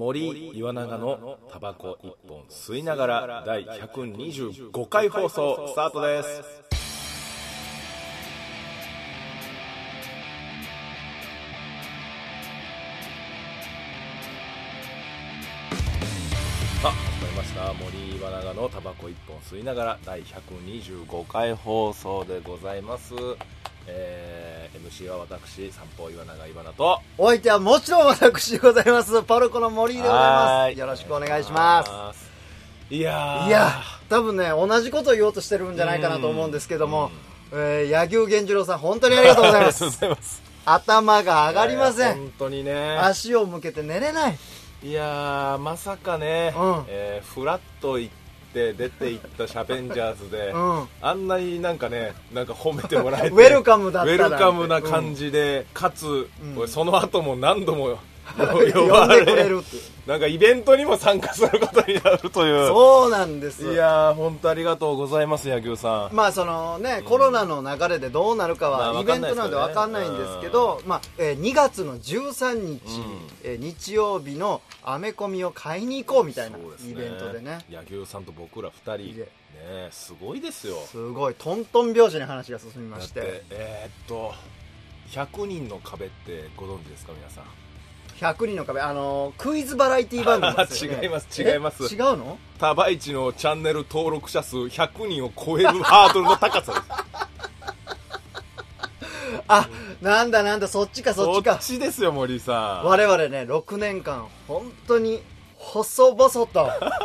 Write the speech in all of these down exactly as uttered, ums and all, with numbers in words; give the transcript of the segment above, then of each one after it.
森岩永のタバコ一本吸いながら第ひゃくにじゅうごかい放送スタートです。さあ始まりました、森岩永のタバコ一本吸いながら第ひゃくにじゅうごかい放送でございます。えー、エムシー は私三方岩永岩名と、 お相手はもちろん私でございます。パルコの森でございます。よろしくお願いします。 いやーいや多分ね同じことを言おうとしてるんじゃないかなと思うんですけども、えー、柳生源次郎さん本当にありがとうございます。 ありがとうございます。 頭が上がりません、えー、 本当にね、 足を向けて寝れない。 いやーまさかね、うんえー、フラッと行ってで出ていったシャベンジャーズで、うん、あんなになんかねなんか褒めてもらえてウェルカムだったウェルカムな感じで、うん、かつ、うん、その後も何度も呼ばれてくれるってなんかイベントにも参加することになるという。 そうなんです。 いやー本当ありがとうございます。柳生さん、 まあそのね、うん、コロナの流れでどうなるかは、まあ、イベントなので分かんないんですけど、うんまあえー、にがつのじゅうさんにち、うんえー、日曜日のアメコミを買いに行こうみたいなイベントでね、 柳生さんと僕らふたりねすごいですよ。 すごいトントン拍子に話が進みまして、 えー、っとひゃくにんの壁ってご存知ですか皆さん。 ひゃくにんの壁、あのー、クイズバラエティ番組ですよね。 違います違います。 違うの？ タバイチのチャンネル登録者数ひゃくにんを超えるハードルの高さですあ、なんだなんだそっちかそっちか。 そっちですよ森さん。 我々ねろくねんかん本当に細々と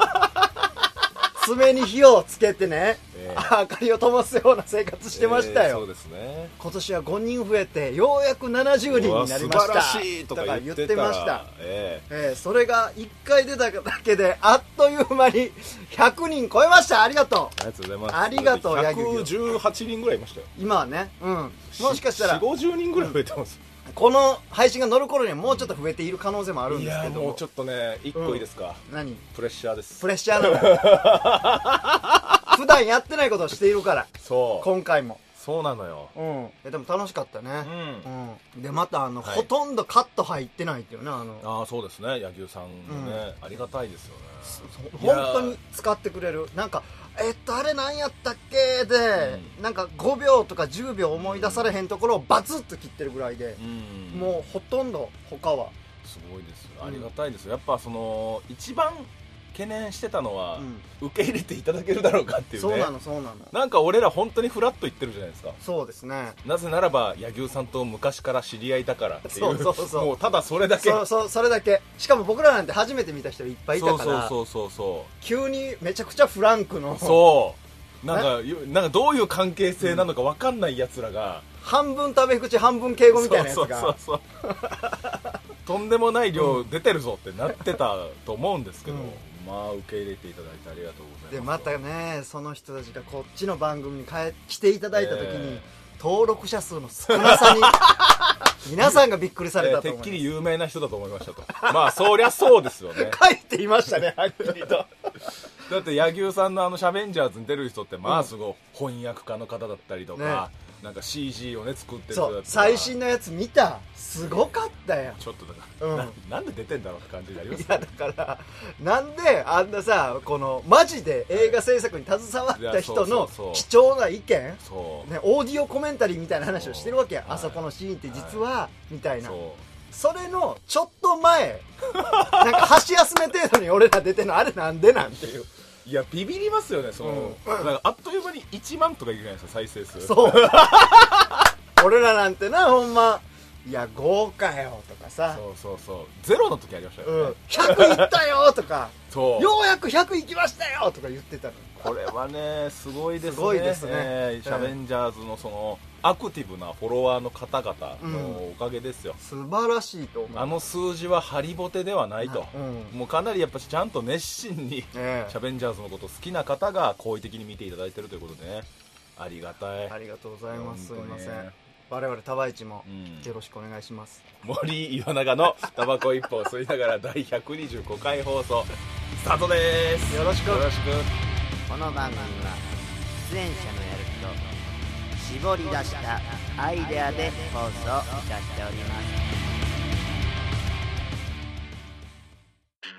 爪に火をつけてね、えー、明かりを灯すような生活してましたよ、 えー、そうですね。 今年はごにん増えてようやくななじゅうにんになりました。 素晴らしいとか言ってたました、 えーえー、それがいっかい出ただけであっという間にひゃくにん超えました。ありがとう。 ありがとうございます。 ありがとう。 ひゃくじゅうはちにんぐらいいましたよ今はね、うん、もしかしたらよんじゅうごじゅうにんぐらい増えてます、 うん、この配信が乗る頃にはもうちょっと増えている可能性もあるんですけど。 いやもうちょっとねいっこいいですか、 うん、何？ プレッシャーです。 プレッシャーなの普段やってないことをしているから。 そう今回もそうなのよ、 うん、えでも楽しかったね、 うんうん、でまたあの、 はい、 ほとんどカット入ってないっていうね。あのあそうですね柳生さんのね、うん、ありがたいですよね。 本当に使ってくれる。なんかえっとあれ何やったっけで、うん、なんかごびょうとかじゅうびょう思い出されへんところをバツッと切ってるぐらいで、うん、もうほとんど他はすごいですよ。ありがたいですよ。やっぱその一番懸念してたのは、うん、受け入れていただけるだろうかっていうね。 そうなのそうなの。 なんか俺ら本当にフラッと言ってるじゃないですか。 そうですね。 なぜならば柳生さんと昔から知り合いだからっていう。 そうそうそう。 もうただそれだけ。 そうそうそれだけ。しかも僕らなんて初めて見た人いっぱいいたから。 そうそうそうそう。 急にめちゃくちゃフランクの。 そうなんかなんかどういう関係性なのか分かんないやつらが、 うん、半分タメ口半分敬語みたいなやつが。 そうそうそうそうとんでもない量出てるぞってなってたと思うんですけど、うんまあ受け入れていただいてありがとうございます。 でまたねその人たちがこっちの番組に帰来ていただいた時に、えー、登録者数の少なさに皆さんがびっくりされたと思います、 えー、てっきり有名な人だと思いましたとまあそりゃそうですよね書いていましたねはっきりとだって柳生さんのあのシャベンジャーズに出る人ってまあすごい翻訳家の方だったりとか、ねなんか シージー をね作ってる人だったり、 最新のやつ見たすごかったよ。 ちょっとだから、うん、な, なんで出てんだろうって感じになります、ね、 いやだからなんであんなさこのマジで映画制作に携わった人の貴重な意見、ね、オーディオコメンタリーみたいな話をしてるわけや。あそこのシーンって実は、はい、みたいな そ, それのちょっと前なんか箸休め程度に俺ら出てるのあれなんでなんていう。 いやビビりますよねその、うん、なんかあっという間にいちまんとかいくじゃないですか再生数。そう俺らなんてなほんまいやごかよとかさ。 そうそうそうゼロの時ありましたよね、うん、 ひゃくいったよとかそうようやくひゃくいきましたよとか言ってたの。 これはねすごいですね。 すごいですね、 えー、シャベンジャーズのそのアクティブなフォロワーの方々のおかげですよ、 うん、素晴らしいと思う。 あの数字はハリボテではないと、うん、もうかなりやっぱちゃんと熱心に、 えー、 シャベンジャーズのこと好きな方が好意的に見ていただいているということでねありがたい。 ありがとうございます。すいません我々タバイチもよろしくお願いします、 うん、森岩永のタバコ一本吸いながら第ひゃくにじゅうごかい放送スタートです。 よろしくよろしく。 この番組は出演者のやる気と絞り出したアイデアで放送いたしております。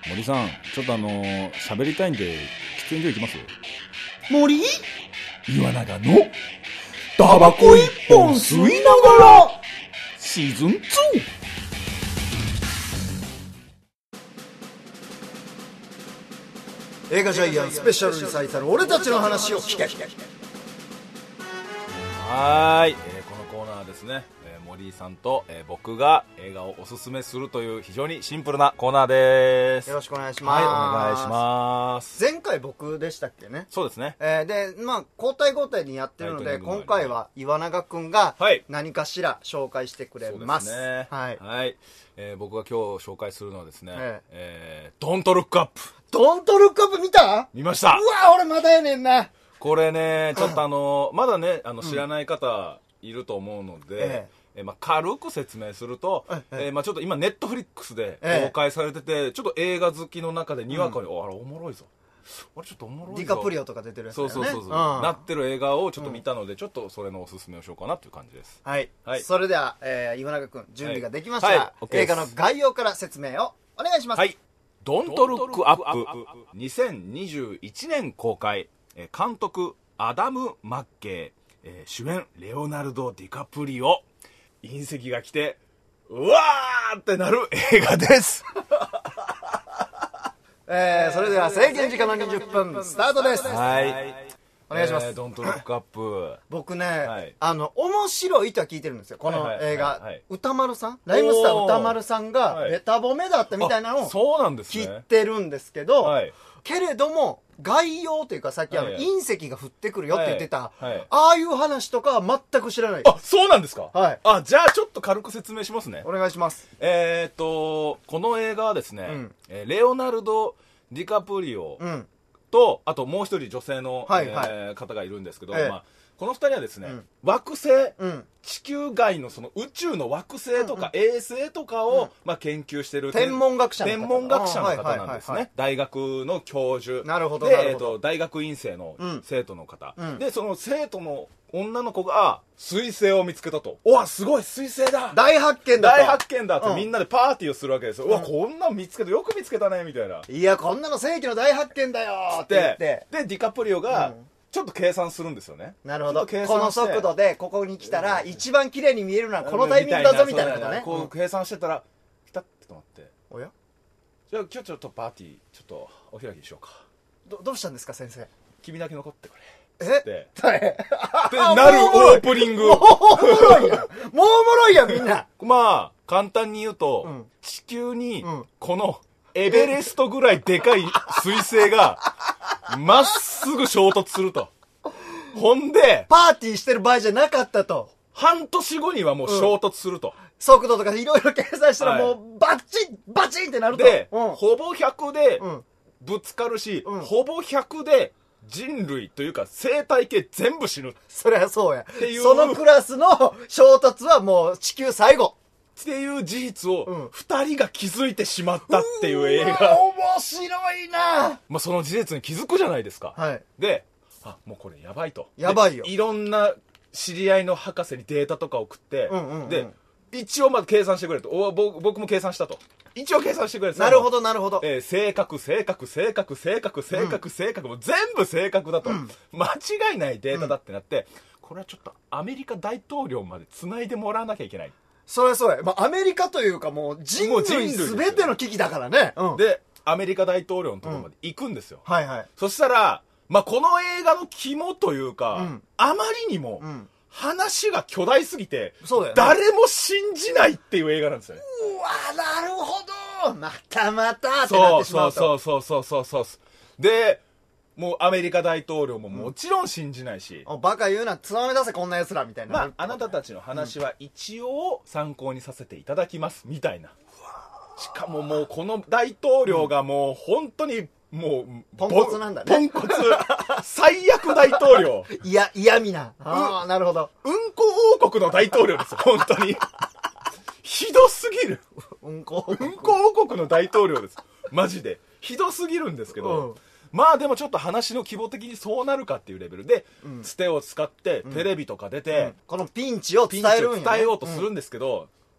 森さん、ちょっとあのー、喋りたいんで喫煙所行きます？ 森岩永のタバコ一本吸いながらシーズンツー。 映画ジャイアンスペシャルリサイタル、俺たちの話を聞け。 はーい、えー、このコーナーはですね、えー、森井さんと、えー、僕が映画をおすすめするという非常にシンプルなコーナーです。 よろしくお願いします。 はい、お願いします。 前回僕でしたっけね。 そうですね。 えー、で、まあ交代交代にやってるので、今回は岩永くんが何かしら紹介してくれます。 そうですね。 はい。 はい。えー、僕が今日紹介するのはですね、えーえー、ドントルックアップ。 ドントルックアップ見た？ 見ました。 うわ、俺まだやねんな。 これね、ちょっとあの、まだね、あの、知らない方いると思うので、えええまあ、軽く説明すると、えええまあ、ちょっと今ネットフリックスで公開されてて、ええ、ちょっと映画好きの中でにわかに、うん、あれおもろいぞ。あれちょっとおもろいぞ。 ディカプリオとか出てるやつだよね。 そうそうそうそう、うん、なってる映画をちょっと見たので、うん、ちょっとそれのおすすめをしようかなという感じです。 はい。はい、それでは、えー、岩永くん、準備ができましたら、はいはい、映画の概要から説明をお願いします。 はい。ドントルックアップ、にせんにじゅういちねん公開、監督、アダム・マッケイ、えー、主演レオナルド・ディカプリオ、隕石が来てうわーってなる映画ですえー、それでは制限時間のにじゅっぷんスタートです。 はい、 お願いします。 えー、ドントルックアップ僕ね、 はい、 あの面白いとは聞いてるんですよ、この映画。歌丸さん、ライムスター歌丸さんがベタ褒めだったみたいなのを聞いてるんですけど、はい、けれども概要というか、さっきあの隕石が降ってくるよって言ってた、はいはい、ああいう話とかは全く知らない。 あ、そうなんですか。 はい。 あ、じゃあちょっと軽く説明しますね。 お願いします。 えーっとこの映画はですね、うん、えー、レオナルド・ディカプリオと、うん、あともう一人女性の、はいはい、えー、方がいるんですけど、えーまあ、この二人はですね、うん、惑星、うん、地球外のその宇宙の惑星とか衛星とかを、うん、まあ、研究している天文学者の方、 天文学者の方なんですね。大学の教授なるほどで、 なるほど、 えーと、大学院生の生徒の方、うん、でその生徒の女の子が彗星を見つけたと。おわ、すごい、彗星だ、 大発見だ、 大発見だって、うん、みんなでパーティーをするわけですよ。うん、うわ、こんなの見つけた、よく見つけたねみたいな。 いや、こんなの世紀の大発見だよって言って、 でディカプリオが、うん、ちょっと計算するんですよね。 なるほど。この速度でここに来たら一番綺麗に見えるのはこのタイミングだぞみたいなことね。 こう計算してたらピタッて止まって、 おや、 じゃあ今日ちょっとパーティーちょっとお開きにしようか。 ど, どうしたんですか先生。 君だけ残ってくれ。 えって誰ってなるオープニング。 もうおもろいやん、もうおもろいやんみんな。 まあ簡単に言うと、うん、地球にこのエベレストぐらいでかい彗星がまっすぐ衝突すると。ほんでパーティーしてる場合じゃなかったと。 半年後にはもう衝突すると、うん、 速度とかいろいろ計算したらもうバッチンバチンってなると。 で、 うん、 ほぼひゃくでぶつかるし、うん、ほぼひゃくで人類というか生態系全部死ぬ。 そりゃそうや。っていうそのクラスの衝突はもう地球最後っていう事実をふたりが気づいてしまったっていう映画。 うわ、面白いな。 まあその事実に気づくじゃないですか。 はい、 で、あ、もうこれやばいと。 やばいよ。 いろんな知り合いの博士にデータとか送って、うんうんうん、で一応まず計算してくれと。お僕僕も計算したと。一応計算してくれと。 なるほどなるほど、 えー、正確正確正確正確正確正確、もう全部正確だと、うん、間違いないデータだってなって、うん、これはちょっとアメリカ大統領まで繋いでもらわなきゃいけない。 そりゃそうや、まあ、アメリカというかもう人類全ての危機だからね、うん、 でアメリカ大統領のところまで行くんですよ、 うん、はいはい。 そしたら、まあ、この映画の肝というか、うん、あまりにも話が巨大すぎて、 そうだよね、 誰も信じないっていう映画なんですよね。 うわ、なるほど、またまたってなってしまうと。 そうそうそうそうそうそうで、もうアメリカ大統領ももちろん信じないし、 うん、バカ言うな、つまめ出せこんな奴らみたいな。 まあ、あなたたちの話は一応参考にさせていただきますみたいな、うん、しかももうこの大統領がもう本当にもうポンコツなんだね。 ポンコツ最悪大統領。 いや嫌味な。ああ、なるほど。 うんこ王国の大統領ですよ本当にひどすぎる。 うんこ王国、 うんこ王国の大統領です。マジでひどすぎるんですけど、うん、まあでもちょっと話の規模的にそうなるかっていうレベルで、うん、つてを使ってテレビとか出て、うんうん、 このピンチを伝えるんや、ね、 ピンチを伝えようとするんですけど、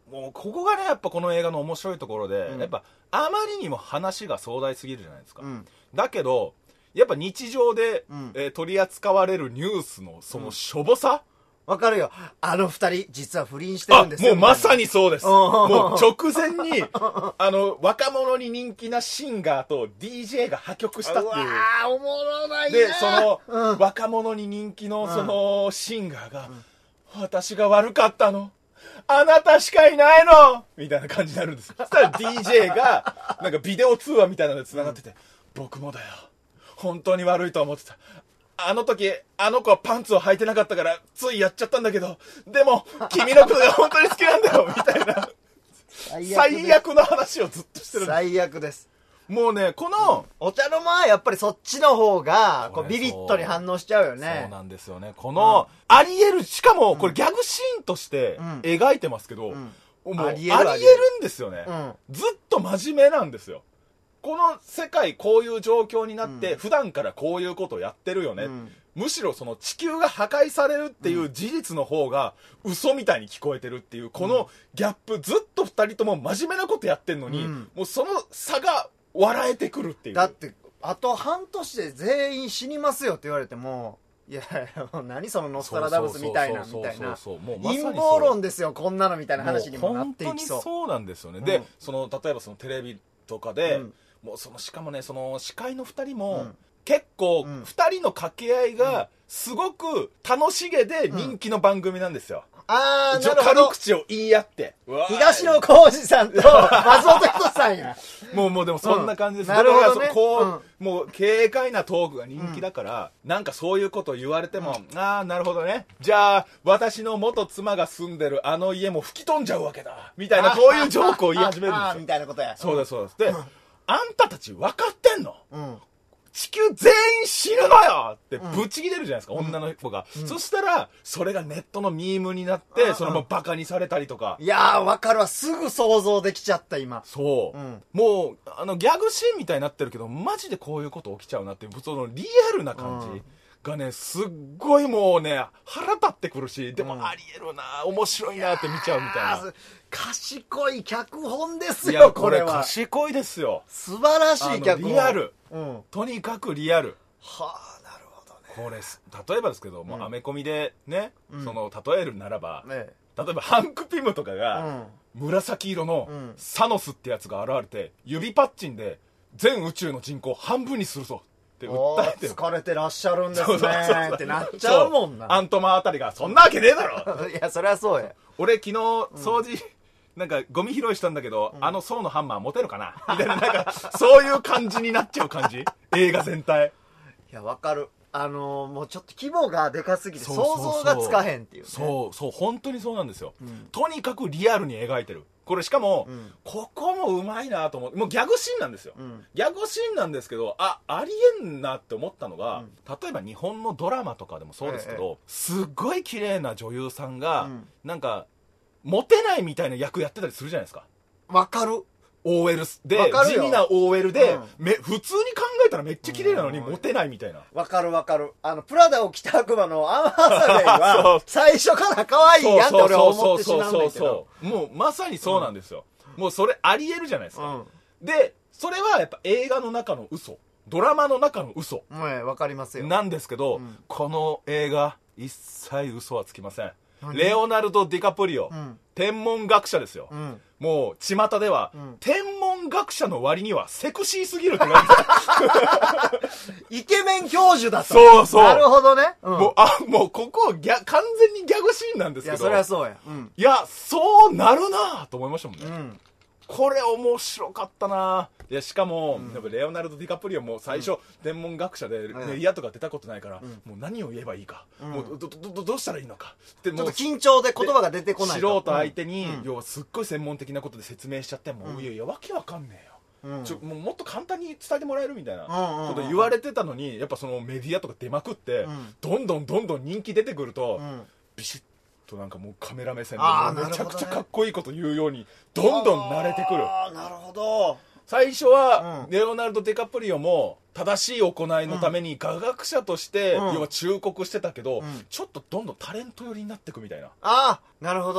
もうここがねやっぱこの映画の面白いところで、うん、やっぱあまりにも話が壮大すぎるじゃないですか、うん、だけどやっぱ日常で、うんえー、取り扱われるニュースのそのしょぼさ、 わ、うん、かるよ。あの二人実は不倫してるんですよ。 もうまさにそうです。もう直前にあの若者に人気なシンガーと ディージェー が破局したっていう。うわーおもろないな。 でその、うん、若者に人気のそのシンガーが、うん、私が悪かったの。あなたしかいないのみたいな感じになるんです。そしたら ディージェー がなんかビデオ通話みたいなので繋がってて、うん、僕もだよ。本当に悪いと思ってた。あの時、あの子はパンツを履いてなかったから、ついやっちゃったんだけど、でも、君のことが本当に好きなんだよみたいな。最悪。最悪の話をずっとしてるんです。 最悪です。 もうね、この、 うん、お茶の間はやっぱりそっちの方が、こうビビッとに反応しちゃうよね。 そうなんですよね。この、うん、あり得る、しかも、これギャグシーンとして描いてますけど、うんうん、もうあり得るんですよね、うん。ずっと真面目なんですよ。この世界こういう状況になって、うん、普段からこういうことをやってるよね、うん、むしろその地球が破壊されるっていう事実の方が嘘みたいに聞こえてるっていうこのギャップ、ずっとふたりとも真面目なことやってんのに、うん、もうその差が笑えてくるっていう。 だってあと半年で全員死にますよって言われても、いや何そのノストラダムスみたいなみたいな陰謀論ですよこんなのみたいな話にもなっていきそう。 本当にそうなんですよね、うん、でその例えばそのテレビとかで、うんもうそのしかもねその司会のふたりも、うん、結構ふたりの掛け合いがすごく楽しげで人気の番組なんですよ、うん、 ああなるほど。 軽口を言い合って東野幸治さんと松本人志さんやもうもうでもそんな感じです、 うん、なるほどね。 こう、うん、もう軽快なトークが人気だから、うん、なんかそういうことを言われても、うん、ああなるほどね、じゃあ私の元妻が住んでるあの家も吹き飛んじゃうわけだみたいなこういうジョークを言い始めるんですよみたいなことや。 そうですそうです。で、うんあんたたち分かってんの、うん、地球全員死ぬのよってブチ切れるじゃないですか、うん、女の子が、うん、そしたらそれがネットのミームになって、うん、そのままバカにされたりとか。 いやー分かるわ。すぐ想像できちゃった今。 そう、うん、もうあのギャグシーンみたいになってるけどマジでこういうこと起きちゃうなっていうそのリアルな感じ、うんがね、すっごいもうね腹立ってくるし、でもありえるな、うん、面白いなって見ちゃうみたいな。 賢い脚本ですよ。これは賢いですよ。 素晴らしい脚本。 リアル、うん、とにかくリアル。 はあなるほどね。 これ例えばですけど、うん、もうアメコミでね、うん、その例えるならば、ね、例えばハンク・ピムとかが、うん、紫色のサノスってやつが現れて指パッチンで全宇宙の人口半分にするぞって訴えてる。 疲れてらっしゃるんですねってなっちゃうもんな。 アントマンあたりがそんなわけねえだろいやそりゃそうや。 俺昨日掃除、うん、なんかゴミ拾いしたんだけど、うん、あの層のハンマー持てるかなみたいな、なんかそういう感じになっちゃう感じ映画全体。 いやわかる。あのー、もうちょっと規模がでかすぎて想像がつかへんっていう、ね、 そうそう本当にそうなんですよ、うん、とにかくリアルに描いてる。これしかも、うん、ここもうまいなと思って、もうギャグシーンなんですよ、うん、ギャグシーンなんですけど、あありえんなって思ったのが、うん、例えば日本のドラマとかでもそうですけど、ええ、すっごい綺麗な女優さんが、うん、なんかモテないみたいな役やってたりするじゃないですか。 わかる。 オーエル で地味な オーエル で、うん、め普通に考えたらめっちゃ綺麗なのにモテないみたいな。 わかるわかる。あのプラダを着た悪魔のアン・ハサウェイは最初から可愛いやんって俺は思ってしまうんだけど、 もうまさにそうなんですよ、うん、もうそれありえるじゃないですか、うん、でそれはやっぱ映画の中の嘘、ドラマの中の嘘、 うん、わかりますよ。 なんですけど、うん、この映画一切嘘はつきません。レオナルド・ディカプリオ、うん、天文学者ですよ、うん、もう巷では、うん、天文学者の割にはセクシーすぎるって言われてイケメン教授だった。 そうそう、 なるほどね、 うん、もうあもうここギャ完全にギャグシーンなんですけど、いやそりゃそうや、うん、 いやそうなるなと思いましたもんね、うん、これ面白かったな。いやしかも、うん、やっぱレオナルド・ディカプリオも最初、うん、天文学者でメディアとか出たことないから、うん、もう何を言えばいいか、うん、もう ど, ど, どうしたらいいのかでもう緊張で言葉が出てこない素人相手に、うん、要はすっごい専門的なことで説明しちゃっても、うん、いやいやわけわかんねえよ、うん、ちょもうもっと簡単に伝えてもらえるみたいなこと言われてたのに、やっぱそのメディアとか出まくって、うん、どんどんどんどん人気出てくると、うん、ビシッとなんかもうカメラ目線でめちゃくちゃかっこいいこと言うようにどんどん慣れてくる。 ああなるほど。 最初は、うん、レオナルド・ディカプリオも正しい行いのために科学者として、うん、要は忠告してたけど、うん、ちょっとどんどんタレント寄りになっていくみたいな。ああなるほどね。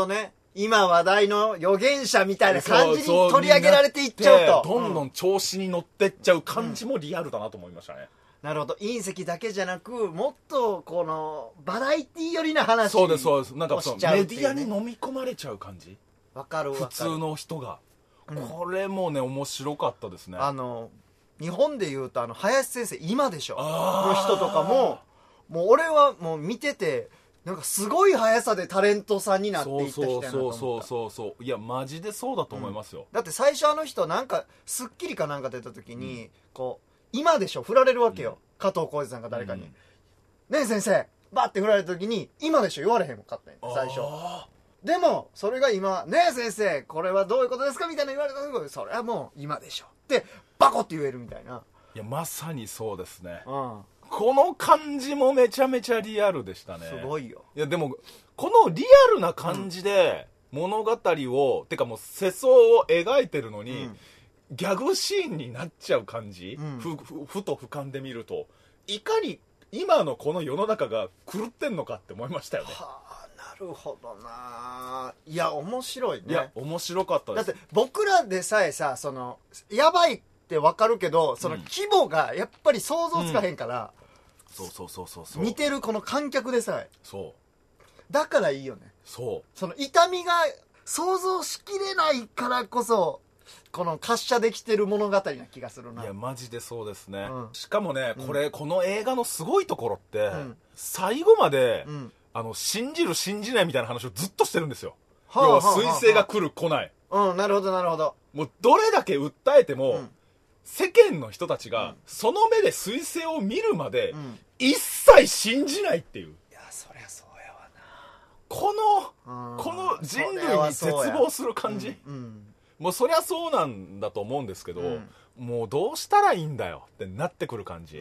今話題の預言者みたいな感じに取り上げられていっちゃうと、 どんどん調子に乗ってっちゃう感じもリアルだなと思いましたね、 うん、なるほど。隕石だけじゃなくもっとこのバラエティ寄りな話そうですそうです。なんかそのメメディアに飲み込まれちゃう感じ。 わかるわかる。 普通の人が、うん、これもね面白かったですね。 あの日本でいうとあの林先生今でしょの人とかももう俺はもう見ててなんかすごい速さでタレントさんになっていった人やなと思った。 そうそうそうそう。いやマジでそうだと思いますよ、 うん、だって最初あの人なんか『スッキリ』かなんか出た時に、うん、こう今でしょ振られるわけよ、うん、加藤浩次さんが誰かに、うん、ねえ先生バッて振られた時に今でしょ言われへんもんかったんや最初。でもそれが今ねえ先生これはどういうことですかみたいな言われた時それはもう今でしょってバコって言えるみたいな。 いやまさにそうですね、 うん、 この感じもめちゃめちゃリアルでしたね。 すごいよ。 いやでもこのリアルな感じで物語を、うん、てかもう世相を描いてるのに、うん、ギャグシーンになっちゃう感じ、うん、ふ, ふ, ふと俯瞰で見るといかに今のこの世の中が狂ってんのかって思いましたよね。 はあ、なるほどな。いや面白いね。 いや面白かったです。 だって僕らでさえさそのやばいって分かるけどその規模がやっぱり想像つかへんから、 うん、そうそうそうそうそう見てるこの観客でさえそうだからいいよね。 そうその痛みが想像しきれないからこそこの滑車できてる物語な気がするな。 いやマジでそうですね、 うん、 しかもねこれ、 うん、 この映画のすごいところって、うん、最後まで、うん、あの信じる信じないみたいな話をずっとしてるんですよ、はあ、要は彗星が来る来ない。 うん、なるほどなるほど。 もうどれだけ訴えても、うん、世間の人たちが、うん、その目で彗星を見るまで、うん、一切信じないっていう。 いやそりゃそうやわな。 このこの人類に絶望する感じ、うんうん、もうそりゃそうなんだと思うんですけど、うん、もうどうしたらいいんだよってなってくる感じ、うん、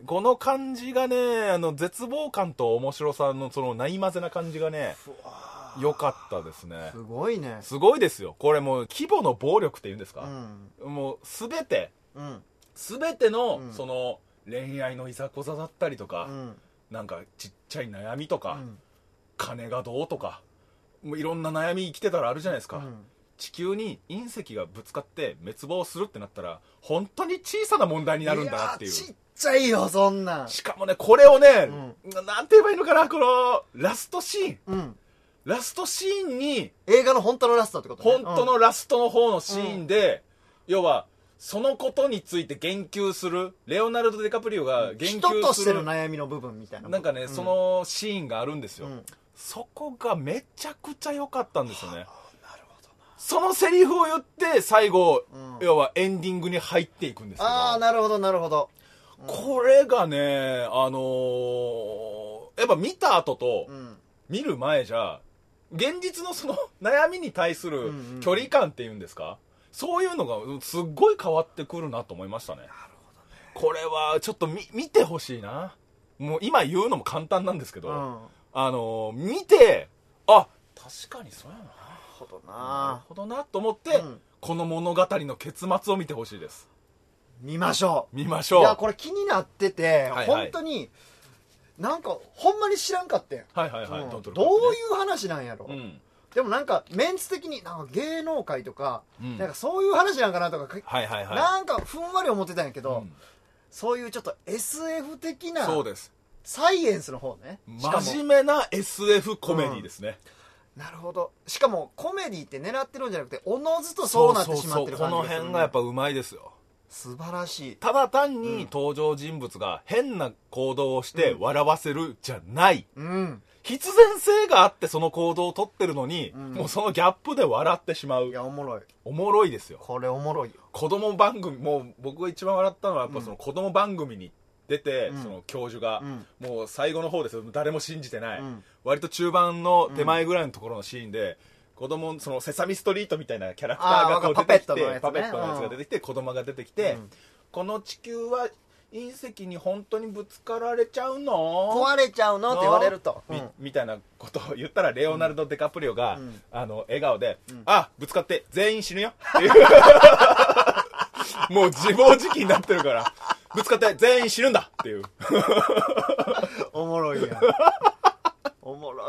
この感じがねあの絶望感と面白さのそのないまぜな感じがね良かったですね。 すごいね。 すごいですよこれ。もう規模の暴力っていうんですか、うん、もう全て、うん、全ての、うん、その恋愛のいざこざだったりとか、うん、なんかちっちゃい悩みとか、うん、金がどうとかもういろんな悩み生きてたらあるじゃないですか、うん、地球に隕石がぶつかって滅亡するってなったら本当に小さな問題になるんだなっていう。 いやちっちゃいよそんなん。 しかもねこれをね、うん、なんて言えばいいのかなこのラストシーン、うん、ラストシーンに映画の本当のラストってことね。 本当のラストの方のシーンで、うん、要はそのことについて言及するレオナルド・デカプリオが言及する、 人としての悩みの部分みたいななんかね、うん、そのシーンがあるんですよ、うん、そこがめちゃくちゃ良かったんですよね。そのセリフを言って最後、うん、要はエンディングに入っていくんですけど。 ああなるほどなるほど、 うん、これがねあのー、やっぱ見た後と、うん、見る前じゃ現実のその悩みに対する距離感っていうんですか、うんうん、そういうのがすっごい変わってくるなと思いましたね。なるほどね。これはちょっと 見, 見てほしいな。もう今言うのも簡単なんですけど、うん、あのー、見てあ確かにそうやななるほどななるほどなと思って、うん、この物語の結末を見てほしいです。 見ましょう見ましょう。 いやこれ気になってて、はいはい、本当になんかほんまに知らんかってん、 はいはいはい、うん、 どういう話なんやろ、うん、でもなんかメンツ的になんか芸能界とか、うん、なんかそういう話なんかなとか、はいはいはい、なんかふんわり思ってたんやけど、うん、そういうちょっと エスエフ 的なそうですサイエンスの方ね。 真面目な エスエフ コメディですね、 うん、なるほど。しかもコメディって狙ってるんじゃなくておのずとそうなってしまってる感じがする、ね、そうそうそう。この辺がやっぱうまいですよ。 素晴らしい。 ただ単に登場人物が変な行動をして笑わせるじゃない、うん、必然性があってその行動をとってるのに、うん、もうそのギャップで笑ってしまう。 いやおもろいおもろいですよこれ。おもろいよ。 子供番組もう僕が一番笑ったのはやっぱその子供番組に出て、うん、その教授が、うん、もう最後の方ですよ。誰も信じてない、うん、割と中盤の手前ぐらいのところのシーンで、子供そのセサミストリートみたいなキャラクターがこう出てきて、パペットのやつが出てきて、子供が出てきて、うん、この地球は隕石に本当にぶつかられちゃうの壊れちゃうのって言われると、 み, みたいなことを言ったらレオナルド・デカプリオが、うん、あの笑顔で、うん、あぶつかって全員死ぬよっていうもう自暴自棄になってるからぶつかって全員死ぬんだっていうおもろいやんおもろい。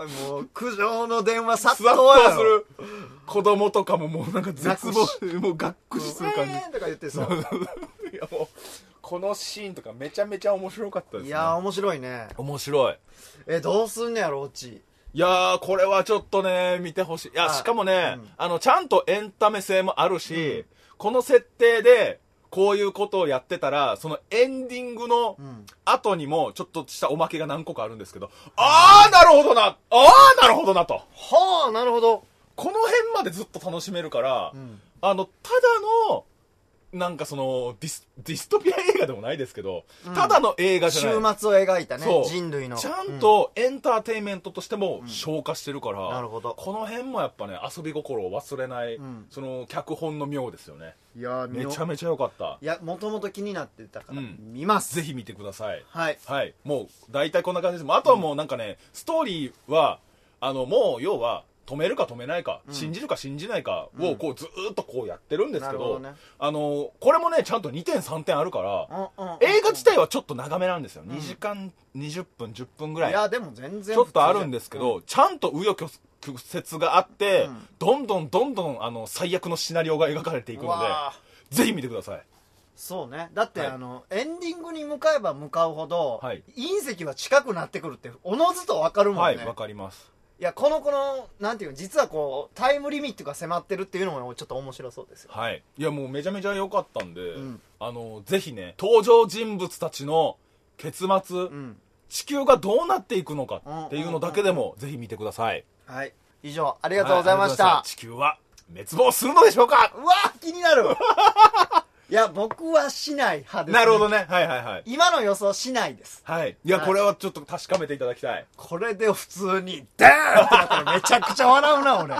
もう苦情の電話殺殺到やろ到する子供とかももうなんか絶望もうがっくしする感じ、 えーとか言ってさいやもうこのシーンとかめちゃめちゃ面白かったですね。 いやー面白いね。 面白い。 えどうすんねやろオチ。 いやーこれはちょっとね見てほしい。いやしかもね、うん、あのちゃんとエンタメ性もあるし、うん、この設定でこういうことをやってたらそのエンディングの後にもちょっとしたおまけが何個かあるんですけど、うん、ああなるほどなああなるほどなと、 はあなるほど、 この辺までずっと楽しめるから、うん、あのただのなんかそのディス、ディストピア映画でもないですけど、うん、ただの映画じゃない。 終末を描いたね、人類の。 ちゃんとエンターテインメントとしても消化してるから、 うん、なるほど。 この辺もやっぱね、遊び心を忘れない、うん、その脚本の妙ですよね。いやめちゃめちゃ良かった。 いや、もともと気になってたから、見ます。 ぜひ見てください。 はい。 はい。もう、大体こんな感じです。あとはもうなんかね、ストーリーは、あの、もう、要は、止めるか止めないか、うん、信じるか信じないかをこうずーっとこうやってるんですけど、うん、ね、あのこれもねちゃんとにてんさんてんあるから、うんうん、映画自体はちょっと長めなんですよ、うん、にじかんにじゅっぷんじゅっぷんぐらい、 いやでも全然ちょっとあるんですけど、うん、ちゃんと紆余曲折があって、うん、どんどんどんどんあの最悪のシナリオが描かれていくのでぜひ見てください。そうね、だって、はい、あのエンディングに向かえば向かうほど、はい、隕石は近くなってくるっておのずと分かるもんね。 はい、分かります。 いやこのこのなんていうの、実はこうタイムリミットが迫ってるっていうのもちょっと面白そうですよ。 はい。いやもうめちゃめちゃ良かったんで、うん、あのぜひね登場人物たちの結末、うん、地球がどうなっていくのかっていうのだけでもぜひ見てください。 はい。以上ありがとうございました。はい、 地球は滅亡するのでしょうか。 うわ気になる。いや僕はしない派です、ね、 なるほどね。はいはいはい。 今の予想しないです。 はい。いや、はい、これはちょっと確かめていただきたい。 これで普通にダーンってなったらめちゃくちゃ笑うな俺。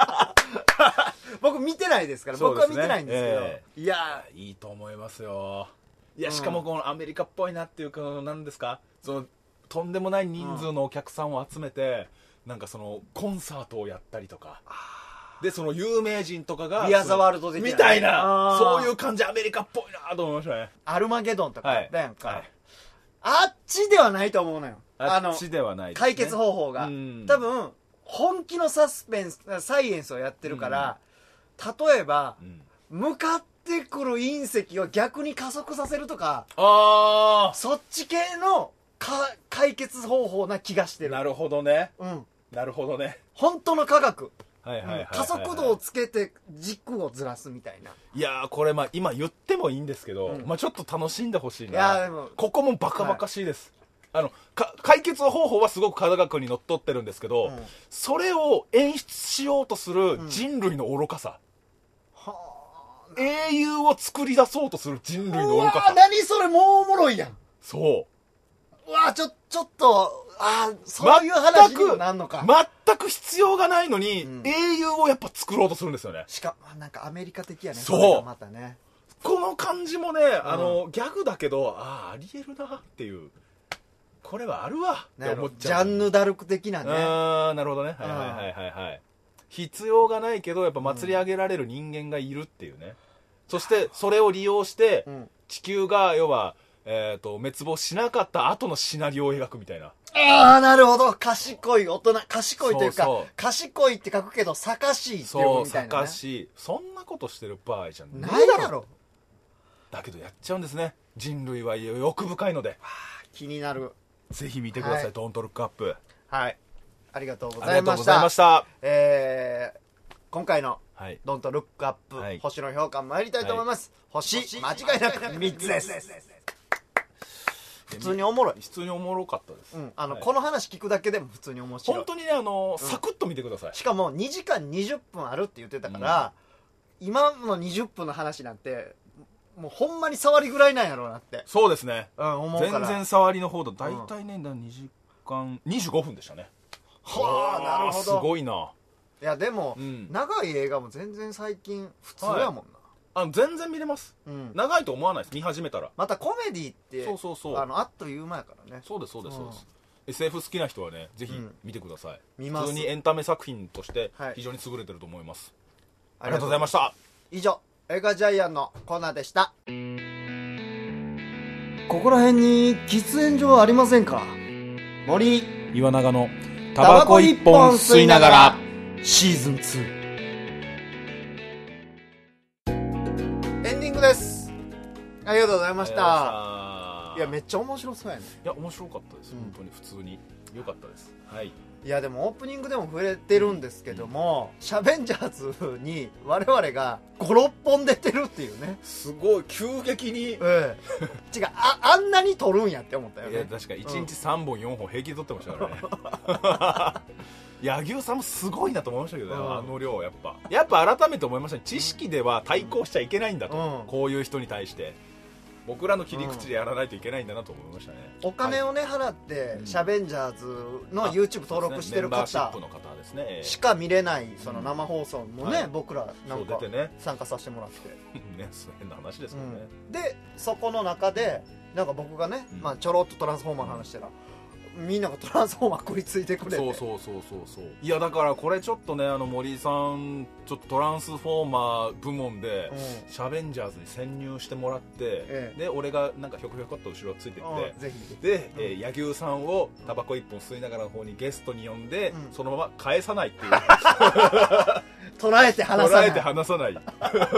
僕見てないですから、ね、僕は見てないんですけど、えー、いやいいと思いますよ。いやしかもこのアメリカっぽいなっていうか、なんですか、そのとんでもない人数のお客さんを集めて、うん、なんかそのコンサートをやったりとか。でその有名人とかがビアザワールド的なみたいな、そういう感じ、アメリカっぽいなと思いましたね。 アルマゲドンとかあったやんか、はいはい、あっちではないと思うのよ。 あっちではないですね、 解決方法が多分本気のサスペンスサイエンスをやってるから、うん、例えば、うん、向かってくる隕石を逆に加速させるとか、あそっち系のか解決方法な気がしてる。 なるほどね、うん、なるほどね。 本当の科学、加速度をつけて軸をずらすみたいな。 いやーこれまあ今言ってもいいんですけど、うん、まあちょっと楽しんでほしいな。いやでもここもバカバカしいです、はい、あのか解決方法はすごく科学にのっとってるんですけど、うん、それを演出しようとする人類の愚かさ、うん、英雄を作り出そうとする人類の愚かさ。 うわ何それ、もうおもろいやん。 そううわちょちょっとあそういう話にもなんのか。 全く必要がないのに、うん、英雄をやっぱ作ろうとするんですよね。 しかもなんかアメリカ的やね。 そうまたねこの感じもね、うん、あのギャグだけどああありえるなっていう、これはあるわって思っちゃう。 ジャンヌ・ダルク的なね。 ああなるほどね。はいはいはいはいはい。必要がないけどやっぱ祭り上げられる人間がいるっていうね、うん、そしてそれを利用して地球が要はえー、と滅亡しなかった後のシナリオを描くみたいな。 ああなるほど、賢い大人、賢いというか、そうそう賢いって書くけどさかしいって呼ぶみたいな、ね、 そう、さかしい。そんなことしてる場合じゃないだろ。 だけどやっちゃうんですね。人類は欲深いので。はあ、気になる。 ぜひ見てください、はい、ドントルックアップ。 はい、ありがとうございました。ありがとうございました。えー、今回のドントルックアップ、はい、星の評価参りたいと思います、はい、星間違いなくみっつです。普通におもろい。 普通におもろかったです、 うん、あの、はい、この話聞くだけでも普通に面白い。 本当にね、あのーうん、サクッと見てください。 しかもにじかんにじゅっぷんあるって言ってたから、うん、今のにじゅっぷんの話なんてもうほんまに触りぐらいなんやろうなって。 そうですね、 うん、思うから。 全然触りの方だ。大体ね、うん、にじかんにじゅうごふんでしたね。 はあなるほど、 すごいな。 いやでも、うん、長い映画も全然最近普通やもんな、はい、 あの全然見れます、うん、長いと思わないです。見始めたら。 またコメディってそうそうそう、 あのあっという間やからね。 そうですそうですそうです、うん、エスエフ 好きな人はねぜひ見てください、 うん、見ます。 普通にエンタメ作品として非常に優れてると思います、はい、ありがとうございました。 以上映画ジャイアンのコーナーでした。ここら辺に喫煙所ありませんか？森岩永のタバコ一本吸いながらシーズンツーエンディングです。ありがとうございました。いやめっちゃ面白そうやね。 いや面白かったです、うん、本当に普通に良かったです。はい。 いやでもオープニングでも触れてるんですけども、うん、シャベンジャーズに我々がご、ろっぽん出てるっていうね。 すごい急激に、ええ、違う あ, あんなに撮るんやって思ったよね。 いや確かにいちにちさんぼんよんほん平気で撮ってましたからね。柳生さんもすごいなと思いましたけどね、うん、あの量やっぱやっぱ改めて思いましたね。知識では対抗しちゃいけないんだと、うん、こういう人に対して僕らの切り口でやらないといけないんだなと思いましたね、 うん、お金をね、はい、払ってシャベンジャーズの YouTube 登録してる方しか見れないその生放送もね、うんはい、僕らなんか参加させてもらってね、変な話ですもんね、 うん、でそこの中でなんか僕がね、うんまあ、ちょろっとトランスフォーマーの話したら、うんみんながトランスフォーマー食いついてくれて。 そうそうそうそうそう。いやだからこれちょっとねあの森井さんちょっとトランスフォーマー部門で、うん、シャベンジャーズに潜入してもらって、ええ、で俺がなんかひょこひょこっと後ろついてって、 ぜひで、うんえー、柳生さんをタバコ一本吸いながらの方にゲストに呼んで、うん、そのまま返さないっていう。 捉えて離さない。 捉えて離さない。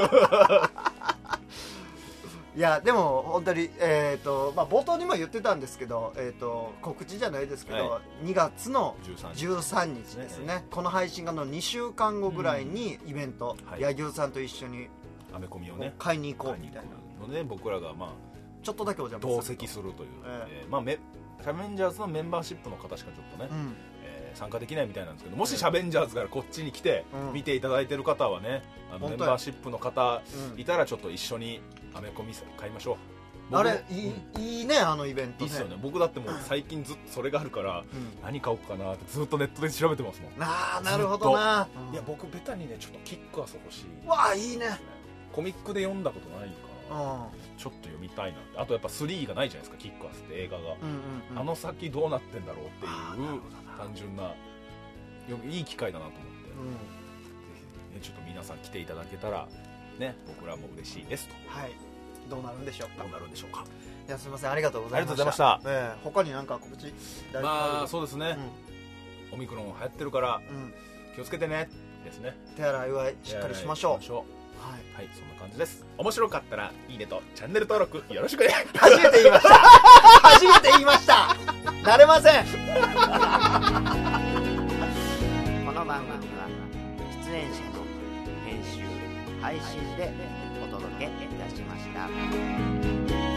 いやでも本当に、えーとまあ、冒頭にも言ってたんですけど、えーと告知じゃないですけど、はい、にがつのじゅうさんにちですね、ねこの配信がのにしゅうかんごぐらいにイベント、うん、柳生さんと一緒にアメコミをね買いに行こうみたいなので僕らがまあちょっとだけお邪魔する同席するという、えーえーまあ、メシャベンジャーズのメンバーシップの方しかちょっとね、うんえー、参加できないみたいなんですけど、もしシャベンジャーズからこっちに来て見ていただいてる方はね、あのメンバーシップの方いたらちょっと一緒にアメコミ買いましょう。 あれいい、うん、いいねあのイベントね。 いいっすよね。僕だってもう最近ずっとそれがあるから、うん、何買おうかなってずっとネットで調べてますもん。 ああなるほどな、 うん、いや僕ベタにねちょっとキックアス欲しい。 わあいいね。 コミックで読んだことないから、うん、ちょっと読みたいなって。あとやっぱスリーがないじゃないですかキックアスって映画が、うんうんうん、あの先どうなってんだろうっていう単純ないい機会だなと思って、うん、ぜひ、ね、ちょっと皆さん来ていただけたらね僕らも嬉しいですと。 はいどうなるんでしょうか。 どうなるんでしょうか。 いやすみませんありがとうございました。 ありがとうございました、 えー、他に何か告知まあそうですね、うん、オミクロン流行ってるから、うん、気をつけてねですね。 手洗いうがいしっかりしましょう。 はい、はい、そんな感じです。面白かったらいいねとチャンネル登録よろしくね。 初めて言いました初めて言いました慣れませんこの番組は出演者の編集配信でお届けいたしました。